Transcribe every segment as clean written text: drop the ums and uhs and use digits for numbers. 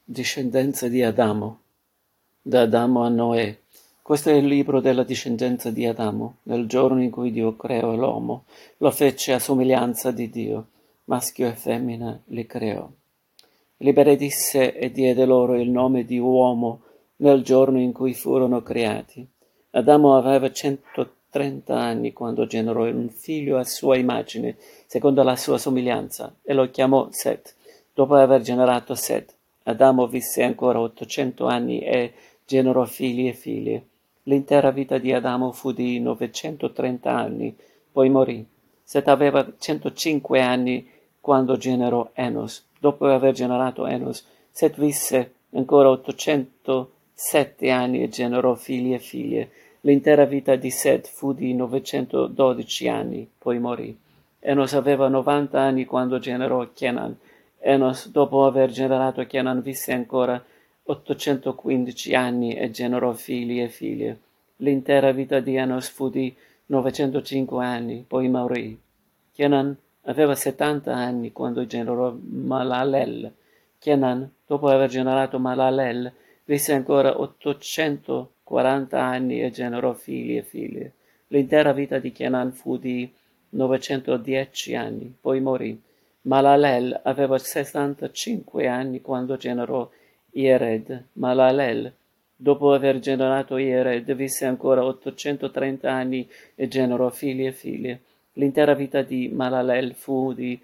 Discendenza di Adamo, da Adamo a Noè. Questo è il libro della discendenza di Adamo. Nel giorno in cui Dio creò l'uomo, lo fece a somiglianza di Dio, maschio e femmina li creò. Li benedisse e diede loro il nome di uomo nel giorno in cui furono creati. Adamo aveva 130 anni quando generò un figlio a sua immagine, secondo la sua somiglianza, e lo chiamò Set. Dopo aver generato Set, Adamo visse ancora 800 anni e generò figli e figlie. L'intera vita di Adamo fu di 930 anni, poi morì. Set aveva 105 anni quando generò Enos. Dopo aver generato Enos, Set visse ancora 807 anni e generò figli e figlie. L'intera vita di Set fu di 912 anni, poi morì. Enos aveva 90 anni quando generò Kenan. Enos, dopo aver generato Kenan, visse ancora 815 anni e generò figli e figlie. L'intera vita di Enos fu di 905 anni, poi morì. Kenan aveva 70 anni quando generò Malalel. Kenan, dopo aver generato Malalel, visse ancora 840 anni e generò figli e figlie. L'intera vita di Kenan fu di 910 anni, poi morì. Malalel aveva 65 anni quando generò Yered. Malalel, dopo aver generato Yered, visse ancora 830 anni e generò figli e figlie. L'intera vita di Malalel fu di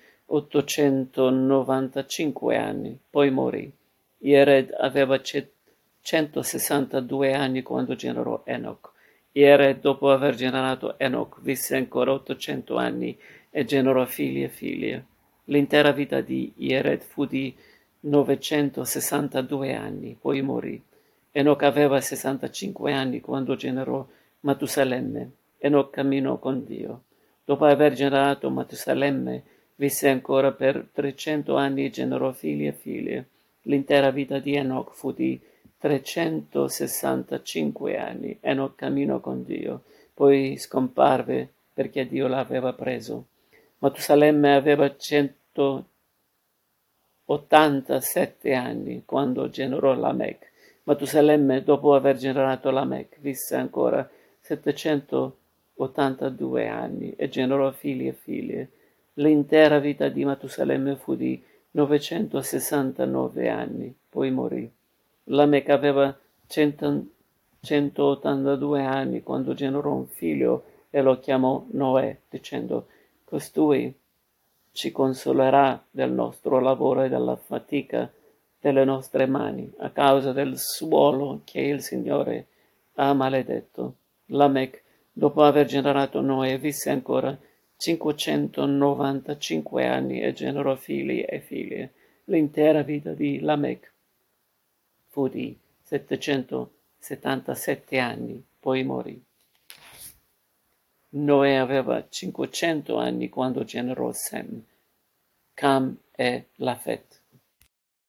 895 anni, poi morì. Yered aveva 162 anni quando generò Enoch. Yered, dopo aver generato Enoch, visse ancora 800 anni e generò figli e figlie. L'intera vita di Yered fu di 962 anni, poi morì. Enoch aveva 65 anni quando generò Matusalemme. Enoch camminò con Dio. Dopo aver generato Matusalemme, visse ancora per 300 anni e generò figli e figlie. L'intera vita di Enoch fu di 365 anni. Enoch camminò con Dio, poi scomparve perché Dio l'aveva preso. Matusalemme aveva 187 anni quando generò Lamech. Matusalemme, dopo aver generato Lamech, visse ancora 782 anni e generò figli e figlie. L'intera vita di Matusalemme fu di 969 anni, poi morì. Lamech aveva 182 anni quando generò un figlio e lo chiamò Noè, dicendo: Costui ci consolerà del nostro lavoro e della fatica delle nostre mani, a causa del suolo che il Signore ha maledetto. Lamech, dopo aver generato Noè, visse ancora 595 anni e generò figli e figlie. L'intera vita di Lamech fu di 777 anni, poi morì. Noè aveva 500 anni quando generò Sem, Cam e Lafet.